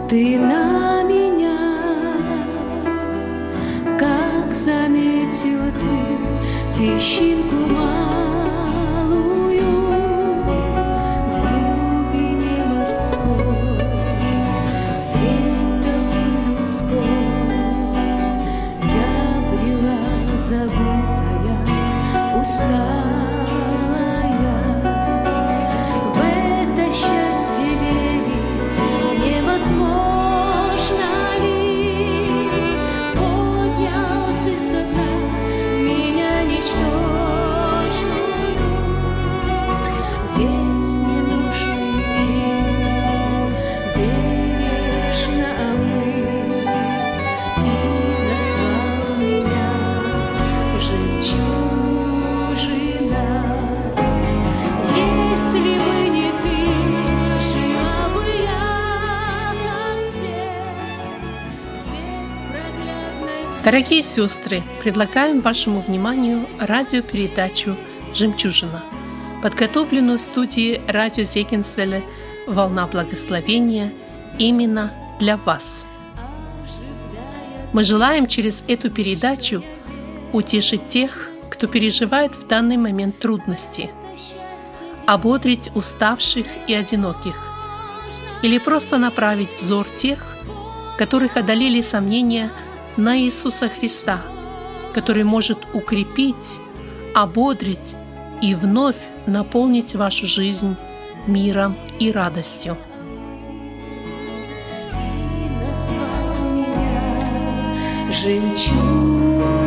Ты на меня, как заметил ты песчинку малую в глубине морской, средь толпы людской. Я брела забытая, усталая, в это счастье верить невозможно ли? Поднял ты со дна меня ничтожную, весь ненужный мир бережно омыл и назвал меня жемчужина. Если бы не ты, жила бы я, как все, без проглядной тьмы. Дорогие сестры, предлагаем вашему вниманию радиопередачу «Жемчужина», подготовленную в студии радио Зегенсвелле «Волна благословения» именно для вас. Мы желаем через эту передачу утешить тех, кто переживает в данный момент трудности, ободрить уставших и одиноких, или просто направить взор тех, которых одолели сомнения, на Иисуса Христа, который может укрепить, ободрить и вновь наполнить вашу жизнь миром и радостью. И назвал меня жемчужина.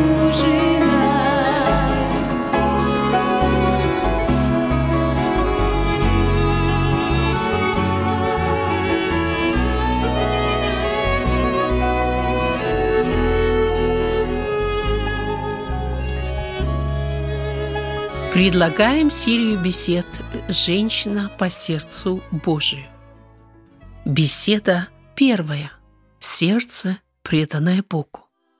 Предлагаем серию бесед «Женщина по сердцу Божию». Беседа первая. Сердце, преданное Богу.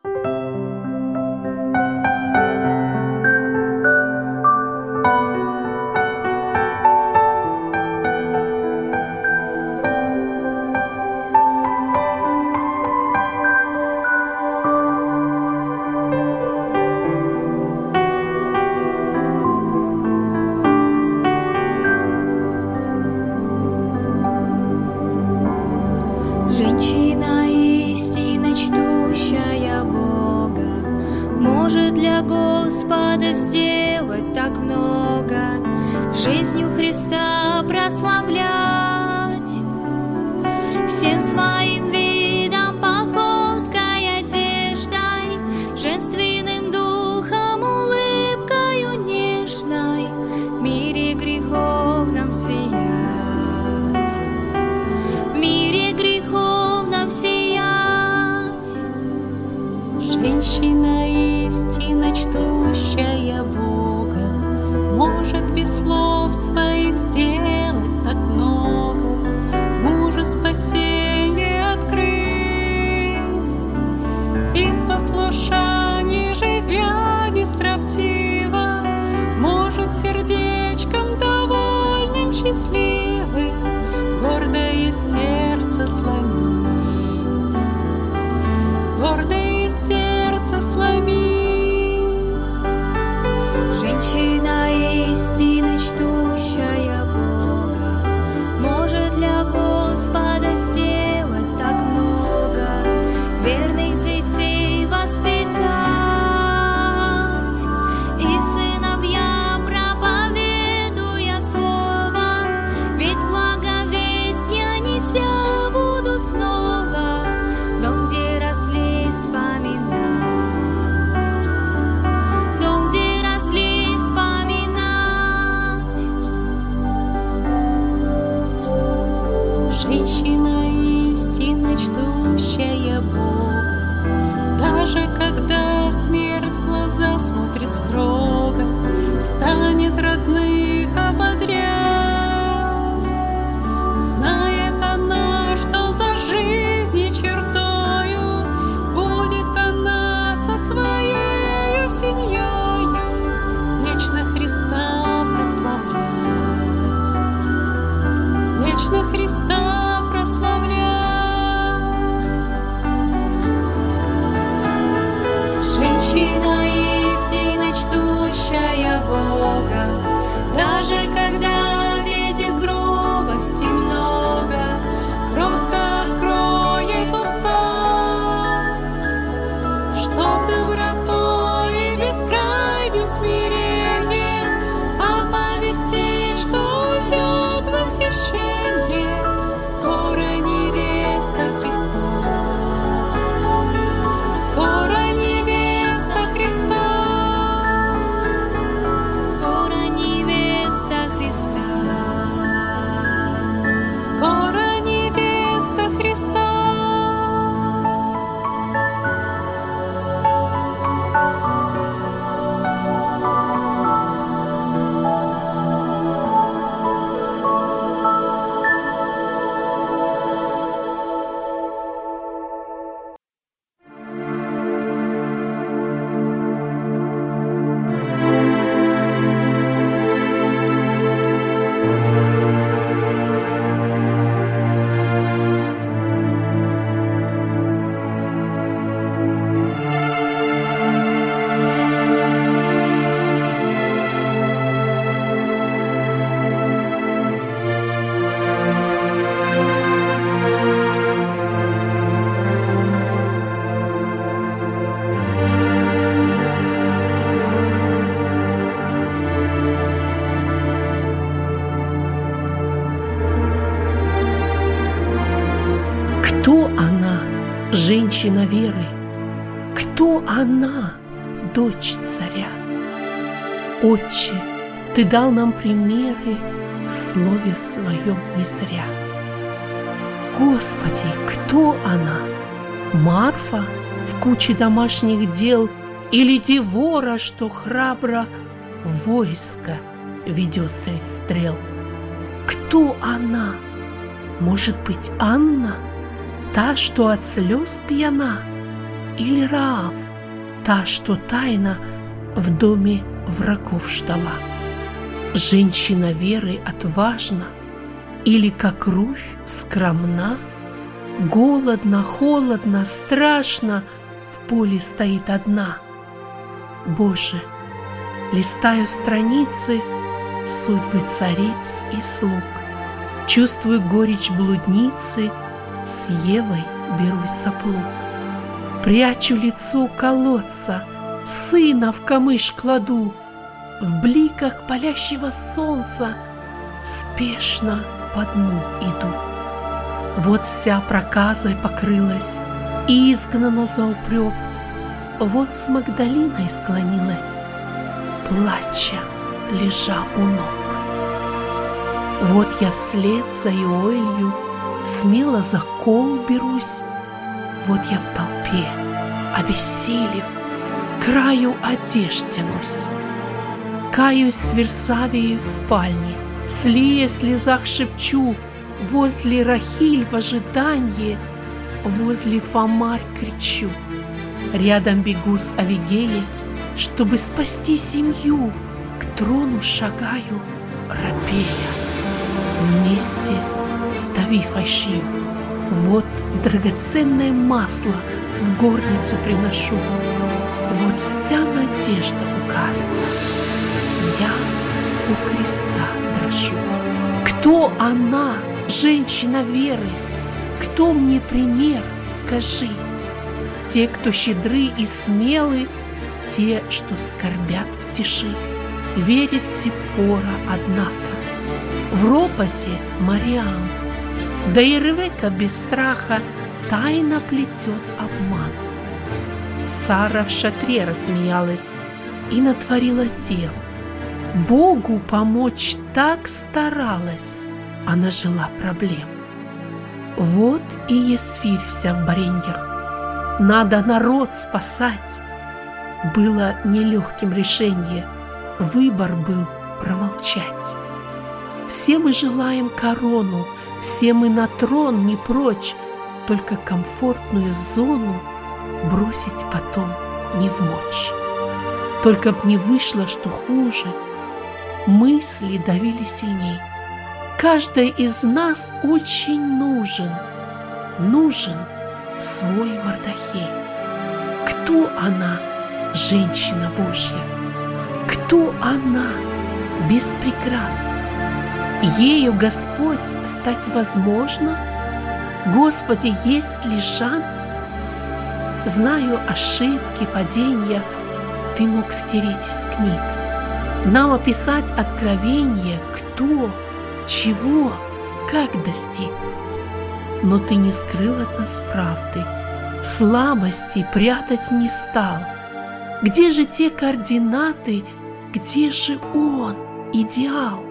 Женщина истинно чтущая Бога может для Господа сделать так много, жизнью Христа прославлять, всем своим видом, походкой, одеждой, женственным духом, улыбкою нежной, в мире греховном сиять. В мире греховном сиять. Женщина истинно чтущая Бога может без слов своих сделать так много, мужу спасение открыть и в послушании живя нестроптиво может сердечком довольным, счастливым гордое сердце сломить, гордое сердце сломить. Женщина истинно чтущая Бога может для Господа сделать так много, верных детей воспитать и сыновьям, проповедуя слово, Бога. Даже когда видит грубости много, кротко откроет уста, чтоб добротой и бескрайним смирением оповестить, что идет восхищение, скоро невеста Христа, скоро невеста Христа, скоро невеста Христа, скоро невеста Христа. Кто она, женщина веры? Кто она, дочь царя? Отче, Ты дал нам примеры в слове Своем не зря. Господи, кто она? Марфа в куче домашних дел или Девора, что храбро войско ведет средь стрел? Кто она? Может быть, Анна? Та, что от слез пьяна, или Раав, та, что тайно в доме врагов ждала? Женщина веры отважна, или как Руфь скромна? Голодно, холодно, страшно в поле стоит одна. Боже, листаю страницы судьбы цариц и слуг, чувствую горечь блудницы, с Евой берусь за плуг. Прячу лицо у колодца, сына в камыш кладу, в бликах палящего солнца спешно по дну иду. Вот вся проказой покрылась и изгнана за упрек, вот с Магдалиной склонилась, плача, лежа у ног. Вот я вслед за Иоэлью смело за кол берусь, вот я в толпе, обессилев, краю одежд тянусь. Каюсь с Версавией в спальне, с Лией в слезах шепчу, возле Рахиль в ожидании, возле Фомарь кричу. Рядом бегу с Авигеей, чтобы спасти семью, к трону шагаю, робея, вместе с Тавифой шью. Вот драгоценное масло в горницу приношу, вот вся надежда угасла, я у креста дрожу. Кто она, женщина веры? Кто мне пример, скажи? Те, кто щедры и смелы, те, что скорбят в тиши. Верит Сипфора, однако, в ропоте Мариам, да и Ревека без страха тайно плетет обман. Сара в шатре рассмеялась и натворила дел. Богу помочь так старалась, а нажила проблем. Вот и Есфирь вся в бореньях. Надо народ спасать. Было нелегким решение, выбор был промолчать. Все мы желаем корону, все мы на трон не прочь, только комфортную зону бросить потом не в мочь. Только б не вышло, что хуже, мысли давили сильней. Каждый из нас очень нужен свой Мордахей. Кто она, женщина Божья? Кто она, без прикрас. Ею, Господь, стать возможно? Господи, есть ли шанс? Знаю ошибки, падения Ты мог стереть из книг. Нам описать откровение, кто, чего, как достиг. Но Ты не скрыл от нас правды, слабости прятать не стал. Где же те координаты, где же Он, идеал?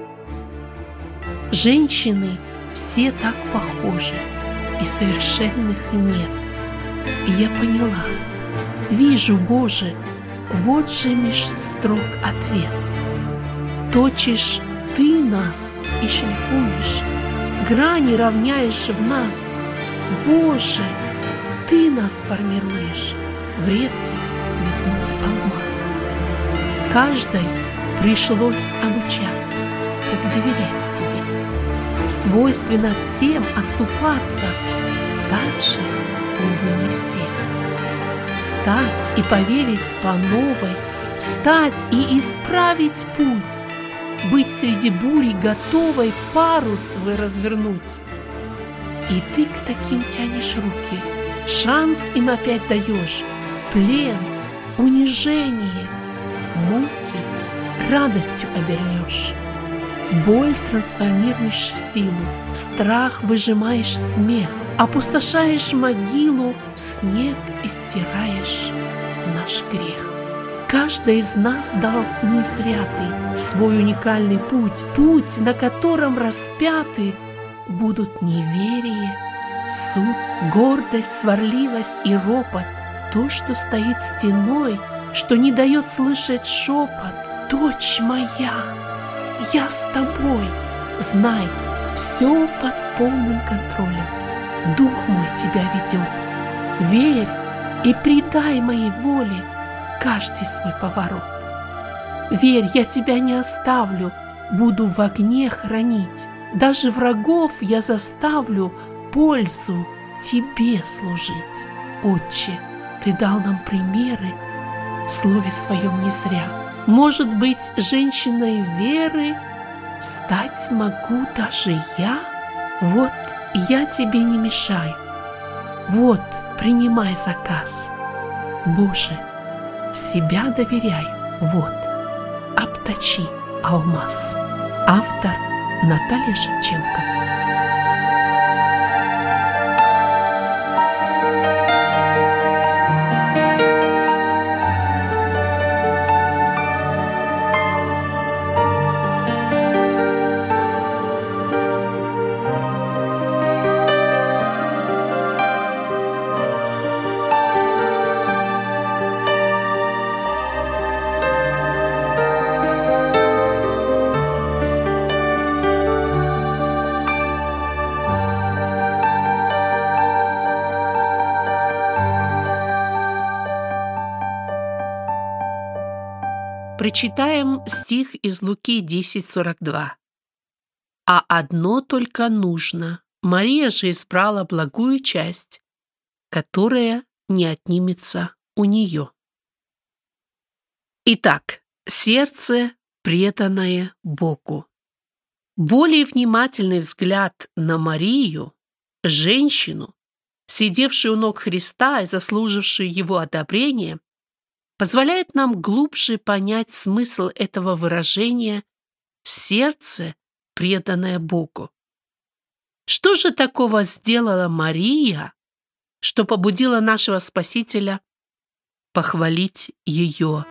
Женщины все так похожи, и совершенных нет. И я поняла, вижу, Боже, вот же меж строк ответ. Точишь Ты нас и шлифуешь, грани равняешь в нас. Боже, Ты нас формируешь в редкий цветной алмаз. Каждой пришлось обучаться, как доверять Тебе. Свойственно всем оступаться, встать же, увы, не всем. Встать и поверить по новой, встать и исправить путь, быть среди бури готовой парус свой развернуть. И Ты к таким тянешь руки, шанс им опять даешь, плен, унижение, муки радостью обернешь. Боль трансформируешь в силу, страх выжимаешь в смех, опустошаешь могилу, в снег и стираешь наш грех. Каждый из нас дал не зря Ты свой уникальный путь, путь, на котором распяты будут неверие, суд, гордость, сварливость и ропот, то, что стоит стеной, что не дает слышать шепот. Дочь моя, я с тобой, знай, все под полным контролем. Дух мой тебя ведет. Верь и предай моей воле каждый свой поворот. Верь, я тебя не оставлю, буду в огне хранить. Даже врагов я заставлю пользу тебе служить. Отче, Ты дал нам примеры в слове своем не зря. Может быть, женщиной веры стать могу даже я? Вот я тебе не мешаю. Вот, принимай заказ. Боже, себя доверяю. Вот, обточи алмаз. Автор Наталья Шевченко. Прочитаем стих из Луки 10:42. «А одно только нужно. Мария же избрала благую часть, которая не отнимется у нее». Итак, сердце, преданное Богу. Более внимательный взгляд на Марию, женщину, сидевшую у ног Христа и заслужившую Его одобрение, позволяет нам глубже понять смысл этого выражения «сердце, преданное Богу». Что же такого сделала Мария, что побудило нашего Спасителя похвалить ее?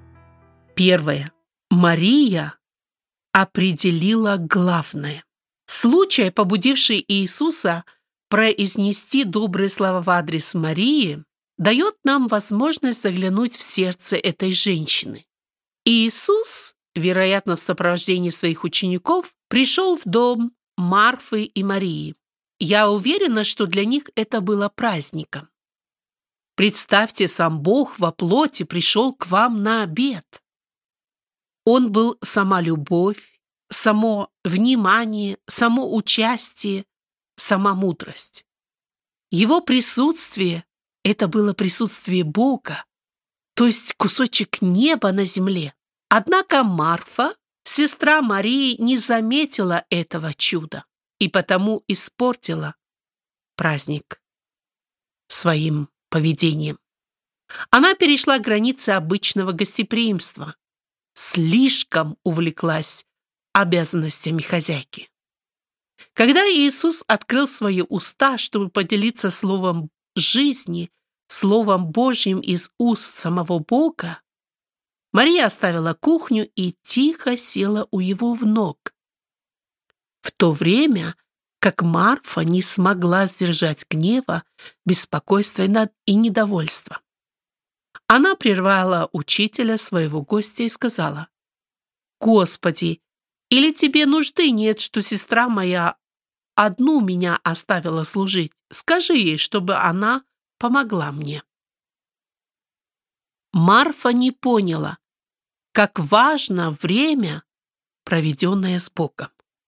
Первое. Мария определила главное. Случай, побудивший Иисуса произнести добрые слова в адрес Марии, дает нам возможность заглянуть в сердце этой женщины. Иисус, вероятно, в сопровождении своих учеников, пришел в дом Марфы и Марии. Я уверена, что для них это было праздником. Представьте, сам Бог во плоти пришел к вам на обед. Он был сама любовь, само внимание, само участие, сама мудрость. Его присутствие – это было присутствие Бога, то есть кусочек неба на земле. Однако Марфа, сестра Марии, не заметила этого чуда и потому испортила праздник своим поведением. Она перешла границы обычного гостеприимства, слишком увлеклась обязанностями хозяйки. Когда Иисус открыл свои уста, чтобы поделиться словом жизни, словом Божьим из уст самого Бога, Мария оставила кухню и тихо села у его ног, в то время как Марфа не смогла сдержать гнева, беспокойства и недовольства. Она прервала учителя, своего гостя, и сказала: «Господи, или тебе нужды нет, что сестра моя одну меня оставила служить? Скажи ей, чтобы она помогла мне». Марфа не поняла, как важно время, проведенное с Богом.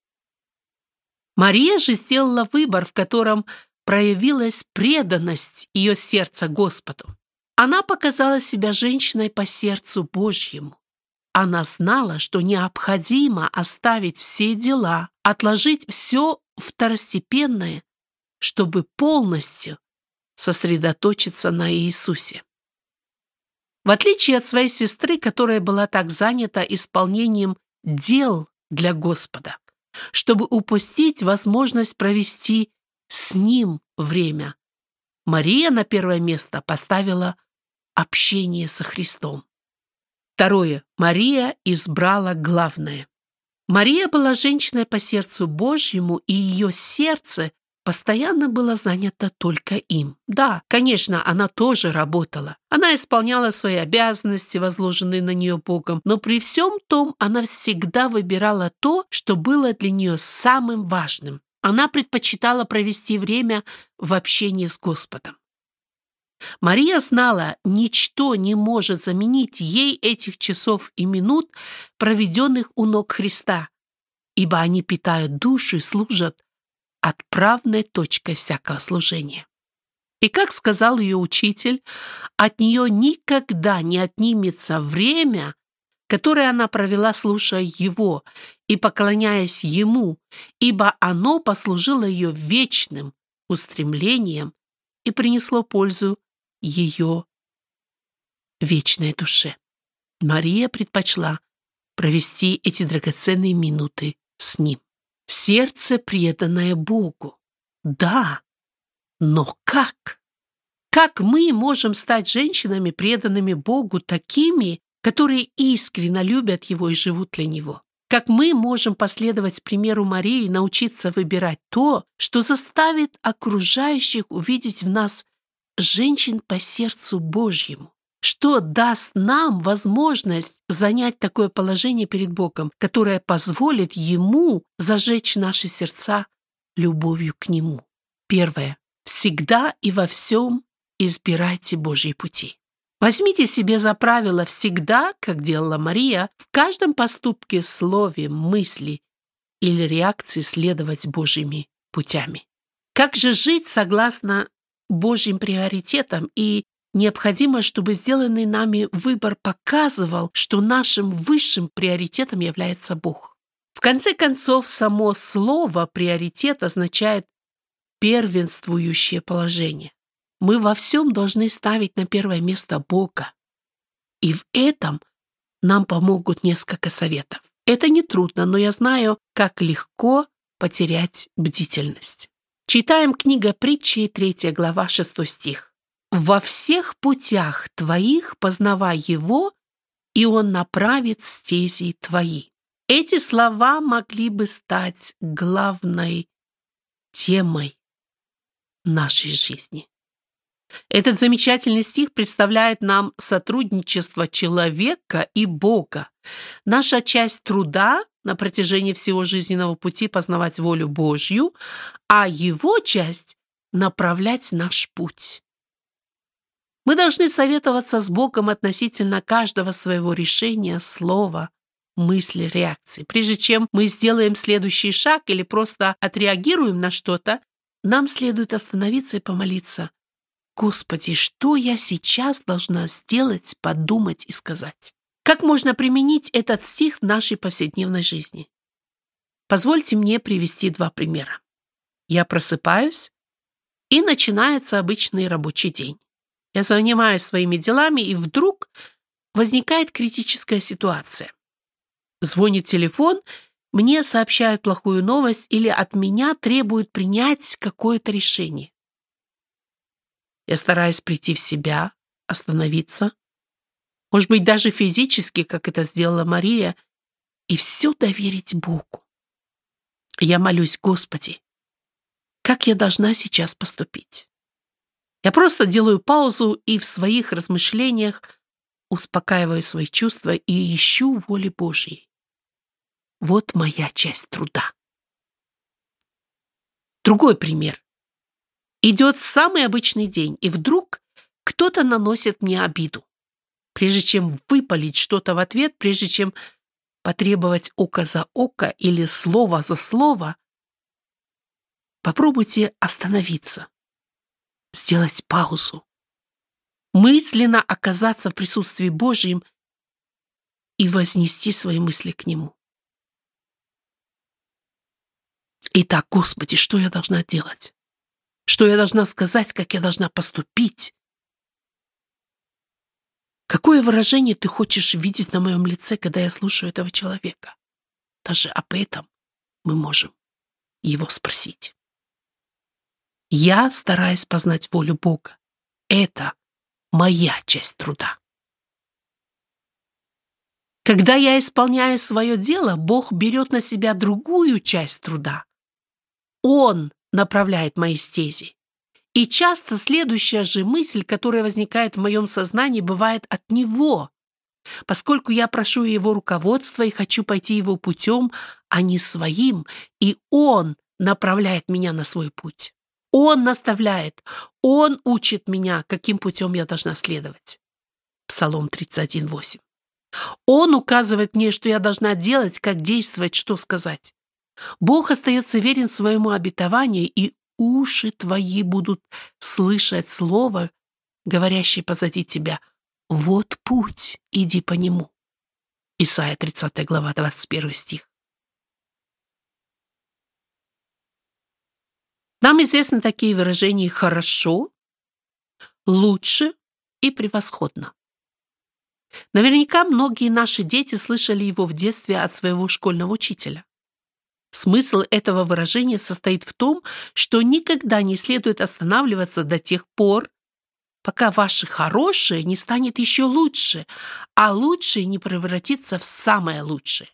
Мария же сделала выбор, в котором проявилась преданность ее сердца Господу. Она показала себя женщиной по сердцу Божьему. Она знала, что необходимо оставить все дела, отложить все второстепенное, чтобы полностью сосредоточиться на Иисусе. В отличие от своей сестры, которая была так занята исполнением дел для Господа, чтобы упустить возможность провести с Ним время, Мария на первое место поставила общение со Христом. Второе. Мария избрала главное. Мария была женщиной по сердцу Божьему, и ее сердце постоянно было занято только им. Да, конечно, она тоже работала. Она исполняла свои обязанности, возложенные на нее Богом, но при всем том она всегда выбирала то, что было для нее самым важным. Она предпочитала провести время в общении с Господом. Мария знала, ничто не может заменить ей этих часов и минут, проведенных у ног Христа, ибо они питают душу и служат отправной точкой всякого служения. И, как сказал ее учитель, от нее никогда не отнимется время, которое она провела, слушая его и поклоняясь ему, ибо оно послужило ее вечным устремлением и принесло пользу ее вечной душе. Мария предпочла провести эти драгоценные минуты с ним. Сердце, преданное Богу. Да, но как? Как мы можем стать женщинами, преданными Богу, такими, которые искренне любят Его и живут для Него? Как мы можем последовать примеру Марии и научиться выбирать то, что заставит окружающих увидеть в нас женщин по сердцу Божьему? Что даст нам возможность занять такое положение перед Богом, которое позволит Ему зажечь наши сердца любовью к Нему? Первое. Всегда и во всем избирайте Божьи пути. Возьмите себе за правило всегда, как делала Мария, в каждом поступке, слове, мысли или реакции следовать Божьими путями. Как же жить согласно Божьим приоритетам, и необходимо, чтобы сделанный нами выбор показывал, что нашим высшим приоритетом является Бог. В конце концов, само слово «приоритет» означает первенствующее положение. Мы во всем должны ставить на первое место Бога. И в этом нам помогут несколько советов. Это не трудно, но я знаю, как легко потерять бдительность. Читаем книга Притчи, 3 глава, 6 стих. «Во всех путях твоих познавай Его, и Он направит стези твои». Эти слова могли бы стать главной темой нашей жизни. Этот замечательный стих представляет нам сотрудничество человека и Бога. Наша часть труда на протяжении всего жизненного пути познавать волю Божью, а его часть — направлять наш путь. Мы должны советоваться с Богом относительно каждого своего решения, слова, мысли, реакции. Прежде чем мы сделаем следующий шаг или просто отреагируем на что-то, нам следует остановиться и помолиться. Господи, что я сейчас должна сделать, подумать и сказать? Как можно применить этот стих в нашей повседневной жизни? Позвольте мне привести 2 примера. Я просыпаюсь, и начинается обычный рабочий день. Я занимаюсь своими делами, и вдруг возникает критическая ситуация. Звонит телефон, мне сообщают плохую новость или от меня требуют принять какое-то решение. Я стараюсь прийти в себя, остановиться, может быть, даже физически, как это сделала Мария, и все доверить Богу. Я молюсь: Господи, как я должна сейчас поступить? Я просто делаю паузу и в своих размышлениях успокаиваю свои чувства и ищу воли Божьей. Вот моя часть труда. Другой пример. Идет самый обычный день, и вдруг кто-то наносит мне обиду. Прежде чем выпалить что-то в ответ, прежде чем потребовать око за око или слово за слово, попробуйте остановиться, сделать паузу, мысленно оказаться в присутствии Божьем и вознести свои мысли к Нему. Итак, Господи, что я должна делать? Что я должна сказать, как я должна поступить? Какое выражение ты хочешь видеть на моем лице, когда я слушаю этого человека? Даже об этом мы можем его спросить. Я стараюсь познать волю Бога. Это моя часть труда. Когда я исполняю свое дело, Бог берет на себя другую часть труда. Он направляет мои стези. И часто следующая же мысль, которая возникает в моем сознании, бывает от Него, поскольку я прошу Его руководства и хочу пойти Его путем, а не своим, и Он направляет меня на свой путь. Он наставляет, Он учит меня, каким путем я должна следовать. Псалом 31:8. Он указывает мне, что я должна делать, как действовать, что сказать. Бог остается верен своему обетованию, и уши твои будут слышать слово, говорящее позади тебя: «Вот путь, иди по нему». Исайя 30 глава, 21 стих. Нам известны такие выражения: «хорошо», «лучше» и «превосходно». Наверняка многие наши дети слышали его в детстве от своего школьного учителя. Смысл этого выражения состоит в том, что никогда не следует останавливаться до тех пор, пока ваше хорошее не станет еще лучше, а лучшее не превратится в самое лучшее.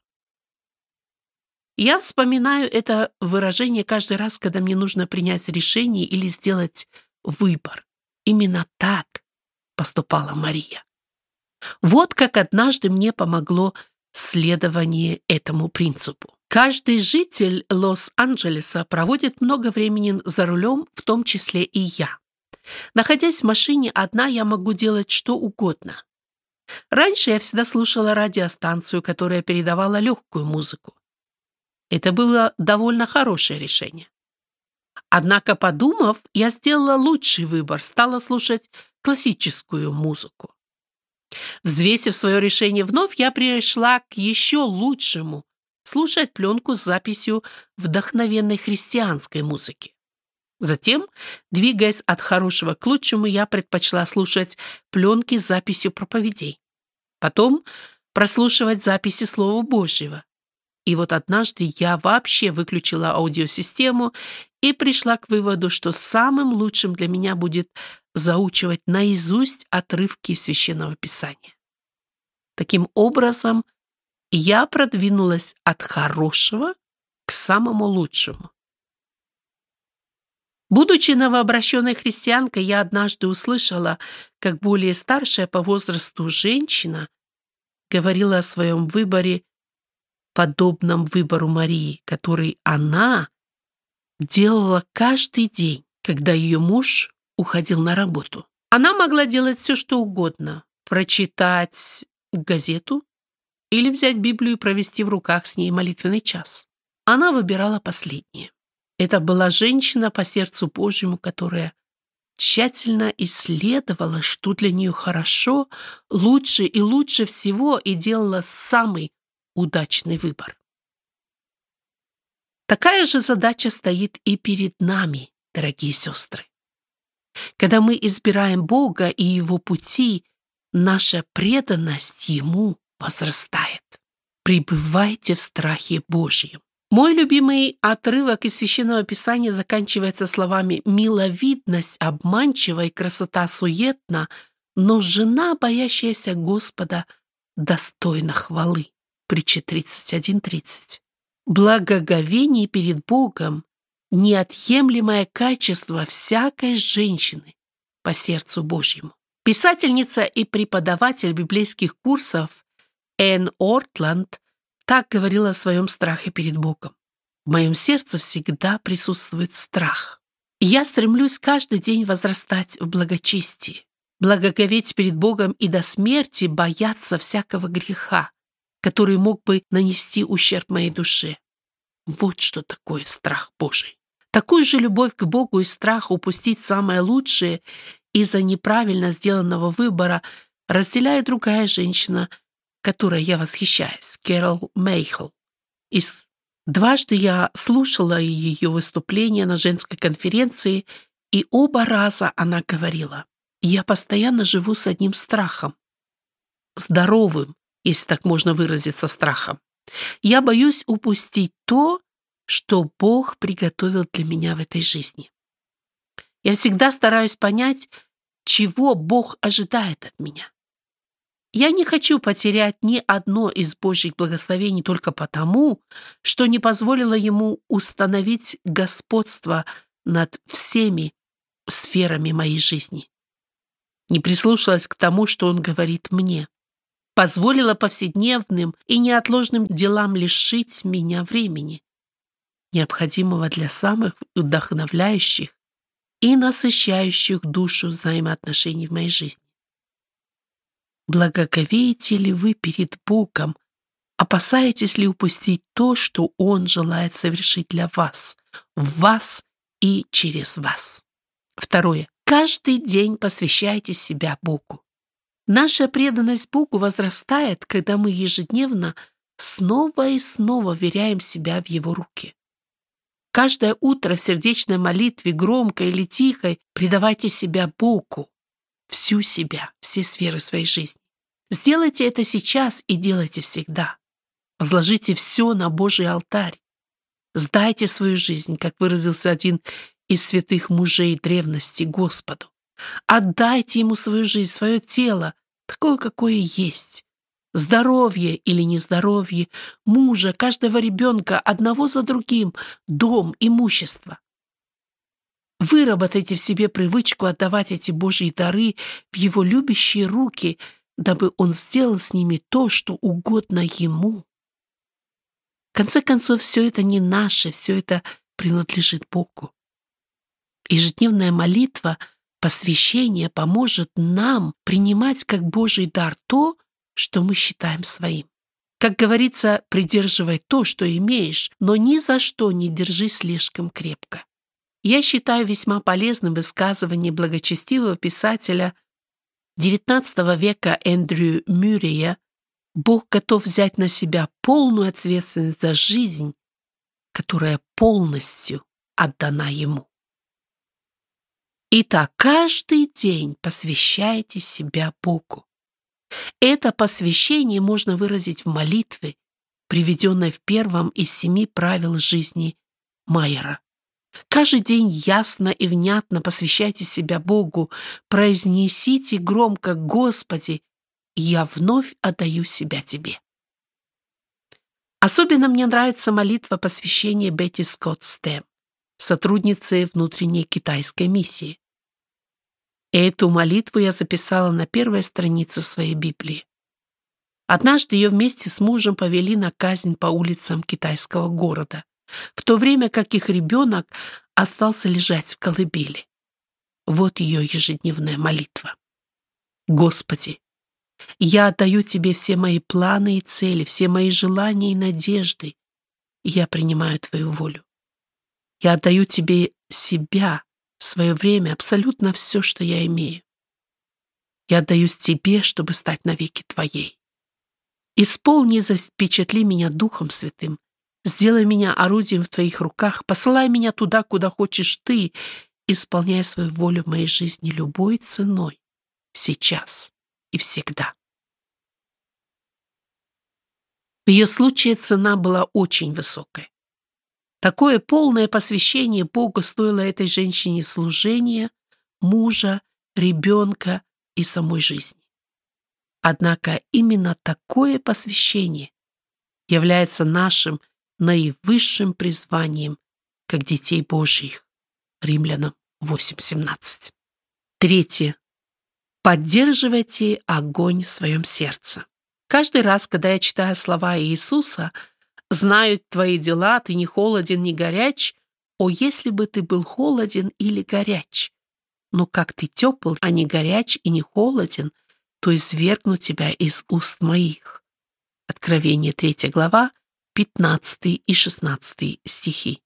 Я вспоминаю это выражение каждый раз, когда мне нужно принять решение или сделать выбор. Именно так поступала Мария. Вот как однажды мне помогло следование этому принципу. Каждый житель Лос-Анджелеса проводит много времени за рулем, в том числе и я. Находясь в машине одна, я могу делать что угодно. Раньше я всегда слушала радиостанцию, которая передавала легкую музыку. Это было довольно хорошее решение. Однако, подумав, я сделала лучший выбор, стала слушать классическую музыку. Взвесив свое решение вновь, я пришла к еще лучшему — слушать пленку с записью вдохновенной христианской музыки. Затем, двигаясь от хорошего к лучшему, я предпочла слушать пленки с записью проповедей. Потом прослушивать записи Слова Божьего. И вот однажды я вообще выключила аудиосистему и пришла к выводу, что самым лучшим для меня будет заучивать наизусть отрывки Священного Писания. Таким образом, Я продвинулась от хорошего к самому лучшему. Будучи новообращенной христианкой, я однажды услышала, как более старшая по возрасту женщина говорила о своем выборе, подобном выбору Марии, который она делала каждый день, когда ее муж уходил на работу. Она могла делать все, что угодно, прочитать газету или взять Библию и провести в руках с ней молитвенный час. Она выбирала последнее. Это была женщина по сердцу Божьему, которая тщательно исследовала, что для нее хорошо, лучше и лучше всего, и делала самый удачный выбор. Такая же задача стоит и перед нами, дорогие сестры. Когда мы избираем Бога и Его пути, наша преданность Ему возрастает. Пребывайте в страхе Божьем. Мой любимый отрывок из Священного Писания заканчивается словами «Миловидность обманчива и красота суетна, но жена, боящаяся Господа, достойна хвалы». Притча 31:30. Благоговение перед Богом – неотъемлемое качество всякой женщины по сердцу Божьему. Писательница и преподаватель библейских курсов Энн Ортланд так говорила о своем страхе перед Богом. В моем сердце всегда присутствует страх. И я стремлюсь каждый день возрастать в благочестии, благоговеть перед Богом и до смерти бояться всякого греха, который мог бы нанести ущерб моей душе. Вот что такое страх Божий. Такую же любовь к Богу и страх упустить самое лучшее из-за неправильно сделанного выбора разделяет другая женщина, которой я восхищаюсь, Кэрол Мейхл. Дважды я слушала ее выступления на женской конференции, и оба раза она говорила: «Я постоянно живу с одним страхом, здоровым, если так можно выразиться, страхом. Я боюсь упустить то, что Бог приготовил для меня в этой жизни. Я всегда стараюсь понять, чего Бог ожидает от меня. Я не хочу потерять ни одно из Божьих благословений только потому, что не позволила Ему установить господство над всеми сферами моей жизни. Не прислушалась к тому, что Он говорит мне. Позволила повседневным и неотложным делам лишить меня времени, необходимого для самых вдохновляющих и насыщающих душу взаимоотношений в моей жизни. Благоговеете ли вы перед Богом? Опасаетесь ли упустить то, что Он желает совершить для вас, в вас и через вас? Второе. Каждый день посвящайте себя Богу. Наша преданность Богу возрастает, когда мы ежедневно снова и снова вверяем себя в Его руки. Каждое утро в сердечной молитве, громкой или тихой, предавайте себя Богу, всю себя, все сферы своей жизни. Сделайте это сейчас и делайте всегда. Возложите все на Божий алтарь. Сдайте свою жизнь, как выразился один из святых мужей древности, Господу. Отдайте Ему свою жизнь, свое тело, такое, какое есть. Здоровье или нездоровье, мужа, каждого ребенка, одного за другим, дом, имущество. Выработайте в себе привычку отдавать эти Божьи дары в Его любящие руки, дабы Он сделал с ними то, что угодно Ему. В конце концов, все это не наше, все это принадлежит Богу. Ежедневная молитва, посвящение поможет нам принимать как Божий дар то, что мы считаем своим. Как говорится, придерживай то, что имеешь, но ни за что не держи слишком крепко. Я считаю весьма полезным высказывание благочестивого писателя XIX века Эндрю Мюррея: «Бог готов взять на себя полную ответственность за жизнь, которая полностью отдана Ему». Итак, каждый день посвящайте себя Богу. Это посвящение можно выразить в молитве, приведенной в первом из 7 правил жизни Майера. Каждый день ясно и внятно посвящайте себя Богу, произнесите громко: «Господи, я вновь отдаю себя Тебе». Особенно мне нравится молитва посвящения Бетти Скотт Стэм, сотрудницы внутренней китайской миссии. Эту молитву я записала на первой странице своей Библии. Однажды ее вместе с мужем повели на казнь по улицам китайского города, в то время как их ребенок остался лежать в колыбели. Вот ее ежедневная молитва. Господи, я отдаю Тебе все мои планы и цели, все мои желания и надежды, и я принимаю Твою волю. Я отдаю Тебе себя, свое время, абсолютно все, что я имею. Я отдаюсь Тебе, чтобы стать навеки Твоей. Исполни и запечатли меня Духом Святым, сделай меня орудием в Твоих руках, посылай меня туда, куда хочешь Ты, исполняя свою волю в моей жизни любой ценой, сейчас и всегда. В ее случае цена была очень высокая. Такое полное посвящение Богу стоило этой женщине служения, мужа, ребенка и самой жизни. Однако именно такое посвящение является нашим наивысшим призванием, как детей Божьих. Римлянам 8:17. Третье. Поддерживайте огонь в своем сердце. Каждый раз, когда я читаю слова Иисуса, «Знают твои дела, ты не холоден, не горяч, о, если бы ты был холоден или горяч! Но как ты тепл, а не горяч и не холоден, то извергну тебя из уст моих». Откровение 3 глава, 15 и 16 стихи.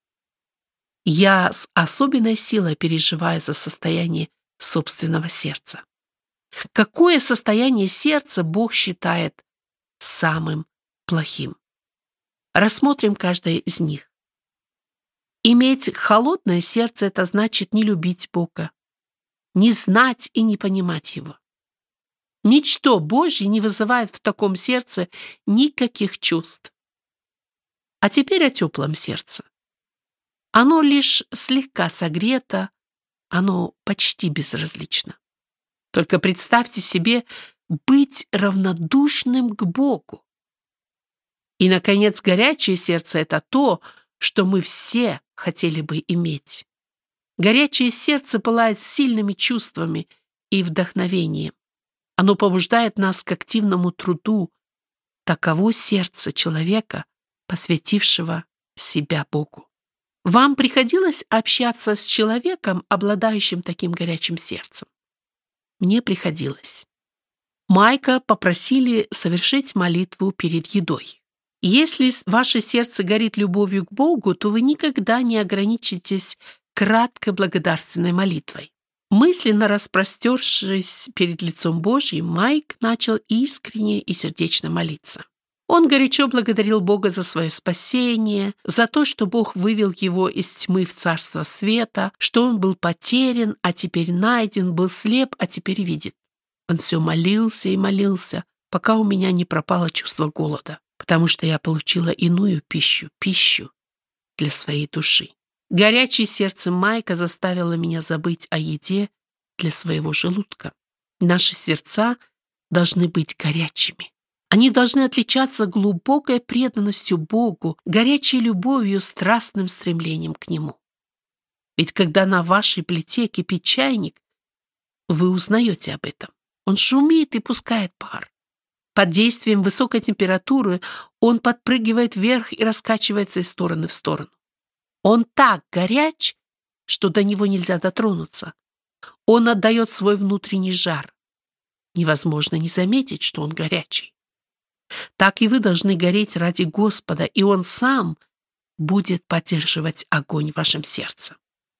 Я с особенной силой переживаю за состояние собственного сердца. Какое состояние сердца Бог считает самым плохим? Рассмотрим каждое из них. Иметь холодное сердце – это значит не любить Бога, не знать и не понимать Его. Ничто Божье не вызывает в таком сердце никаких чувств. А теперь о теплом сердце. Оно лишь слегка согрето, оно почти безразлично. Только представьте себе быть равнодушным к Богу. И, наконец, горячее сердце – это то, что мы все хотели бы иметь. Горячее сердце пылает сильными чувствами и вдохновением. Оно побуждает нас к активному труду. Таково сердце человека, посвятившего себя Богу. Вам приходилось общаться с человеком, обладающим таким горячим сердцем? Мне приходилось. Майка попросили совершить молитву перед едой. Если ваше сердце горит любовью к Богу, то вы никогда не ограничитесь краткой благодарственной молитвой. Мысленно распростершись перед лицом Божьим, Майк начал искренне и сердечно молиться. Он горячо благодарил Бога за свое спасение, за то, что Бог вывел его из тьмы в царство света, что он был потерян, а теперь найден, был слеп, а теперь видит. Он все молился и молился, пока у меня не пропало чувство голода, потому что я получила иную пищу для своей души. Горячее сердце Майка заставило меня забыть о еде для своего желудка. Наши сердца должны быть горячими. Они должны отличаться глубокой преданностью Богу, горячей любовью, страстным стремлением к Нему. Ведь когда на вашей плите кипит чайник, вы узнаете об этом. Он шумит и пускает пар. Под действием высокой температуры он подпрыгивает вверх и раскачивается из стороны в сторону. Он так горяч, что до него нельзя дотронуться. Он отдает свой внутренний жар. Невозможно не заметить, что он горячий. Так и вы должны гореть ради Господа, и Он сам будет поддерживать огонь в вашем сердце.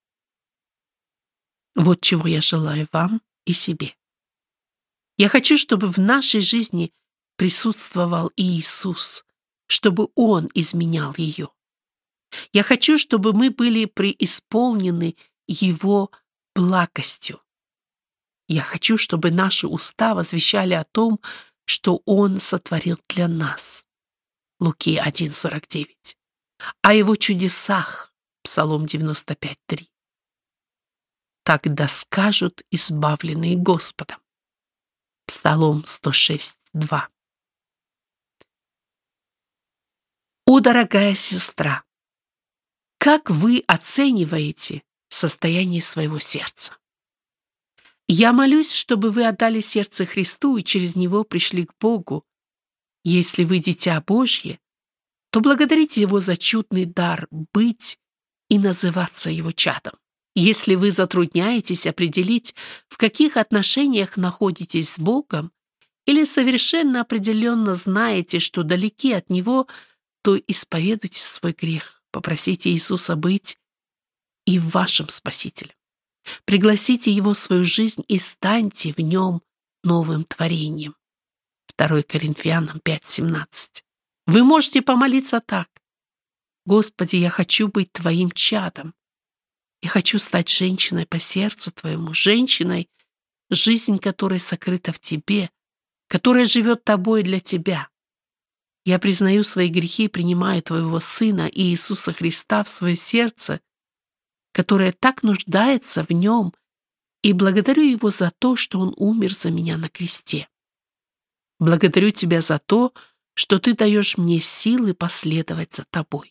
Вот чего я желаю вам и себе. Я хочу, чтобы в нашей жизни присутствовал Иисус, чтобы Он изменял ее. Я хочу, чтобы мы были преисполнены Его благостью. Я хочу, чтобы наши уста возвещали о том, что Он сотворил для нас. Луки 1:49. О Его чудесах. Псалом 95:3. Тогда скажут избавленные Господом. Псалом 106:2. О, дорогая сестра, как вы оцениваете состояние своего сердца? Я молюсь, чтобы вы отдали сердце Христу и через него пришли к Богу. Если вы дитя Божье, то благодарите Его за чудный дар быть и называться Его чадом. Если вы затрудняетесь определить, в каких отношениях находитесь с Богом, или совершенно определенно знаете, что далеки от Него, то исповедуйте свой грех, попросите Иисуса быть и вашим Спасителем. Пригласите Его в свою жизнь и станьте в Нем новым творением. 2 Коринфянам 5:17. Вы можете помолиться так: «Господи, я хочу быть Твоим чадом. Я хочу стать женщиной по сердцу Твоему, женщиной, жизнь которой сокрыта в Тебе, которая живет Тобой для Тебя. Я признаю свои грехи и принимаю Твоего Сына и Иисуса Христа в свое сердце, которое так нуждается в Нем, и благодарю Его за то, что Он умер за меня на кресте. Благодарю Тебя за то, что Ты даешь мне силы последовать за Тобой.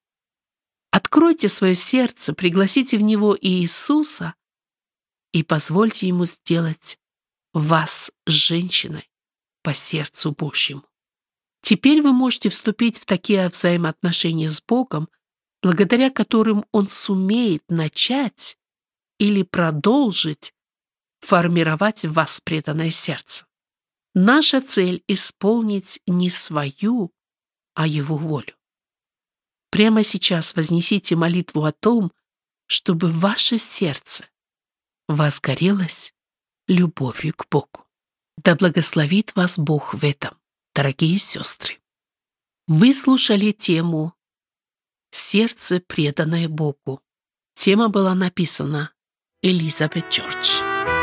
Откройте свое сердце, пригласите в него Иисуса и позвольте Ему сделать вас женщиной по сердцу Божьему. Теперь вы можете вступить в такие взаимоотношения с Богом, благодаря которым Он сумеет начать или продолжить формировать в вас преданное сердце. Наша цель — исполнить не свою, а Его волю. Прямо сейчас вознесите молитву о том, чтобы ваше сердце возгорелось любовью к Богу. Да благословит вас Бог в этом, дорогие сестры. Вы слушали тему «Сердце, преданное Богу». Тема была написана Элизабет Джордж.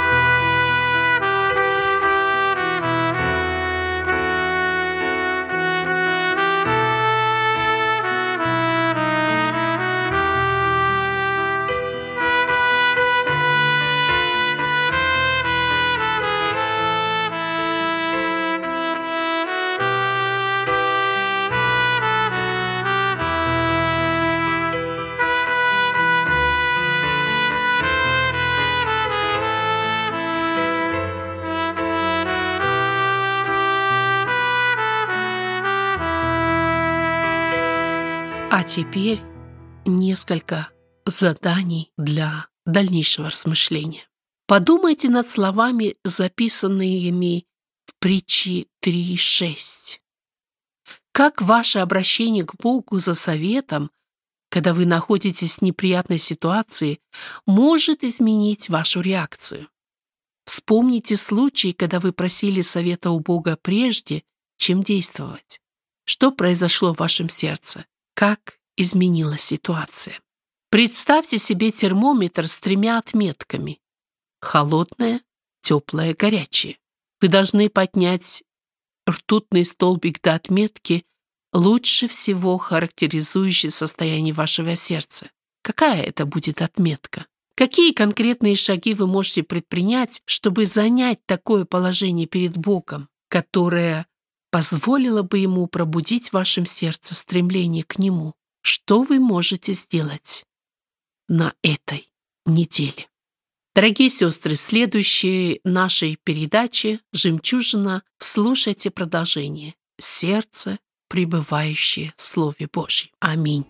А теперь несколько заданий для дальнейшего размышления. Подумайте над словами, записанными в притче 3:6. Как ваше обращение к Богу за советом, когда вы находитесь в неприятной ситуации, может изменить вашу реакцию? Вспомните случаи, когда вы просили совета у Бога прежде, чем действовать. Что произошло в вашем сердце? Как изменилась ситуация? Представьте себе термометр с 3 отметками: холодное, теплое, горячее. Вы должны поднять ртутный столбик до отметки, лучше всего характеризующей состояние вашего сердца. Какая это будет отметка? Какие конкретные шаги вы можете предпринять, чтобы занять такое положение перед Богом, которое позволило бы Ему пробудить в вашем сердце стремление к Нему? Что вы можете сделать на этой неделе? Дорогие сестры, в следующей нашей передаче «Жемчужина» слушайте продолжение. Сердце, пребывающее в Слове Божьем. Аминь.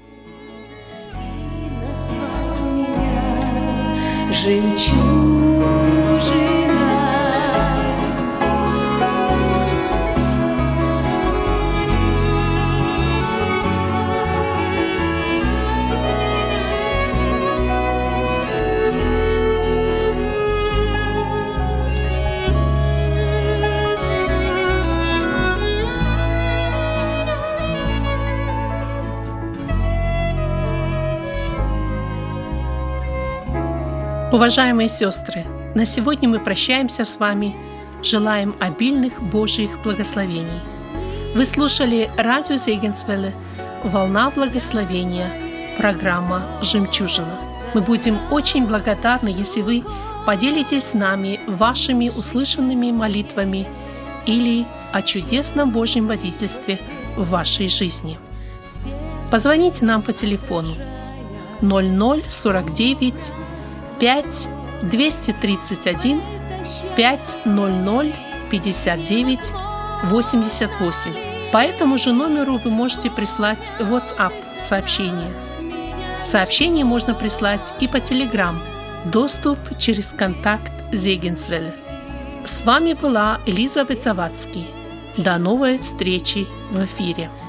Жемчужина. Уважаемые сестры, на сегодня мы прощаемся с вами. Желаем обильных Божьих благословений. Вы слушали радио Зегенсвелле «Волна благословения», программа «Жемчужина». Мы будем очень благодарны, если вы поделитесь с нами вашими услышанными молитвами или о чудесном Божьем водительстве в вашей жизни. Позвоните нам по телефону 0049 5 231 500 59 88. По этому же номеру вы можете прислать WhatsApp сообщение. Сообщение можно прислать и по Telegram. Доступ через контакт Зегенсвелле. С вами была Элизабет Завадский. До новой встречи в эфире.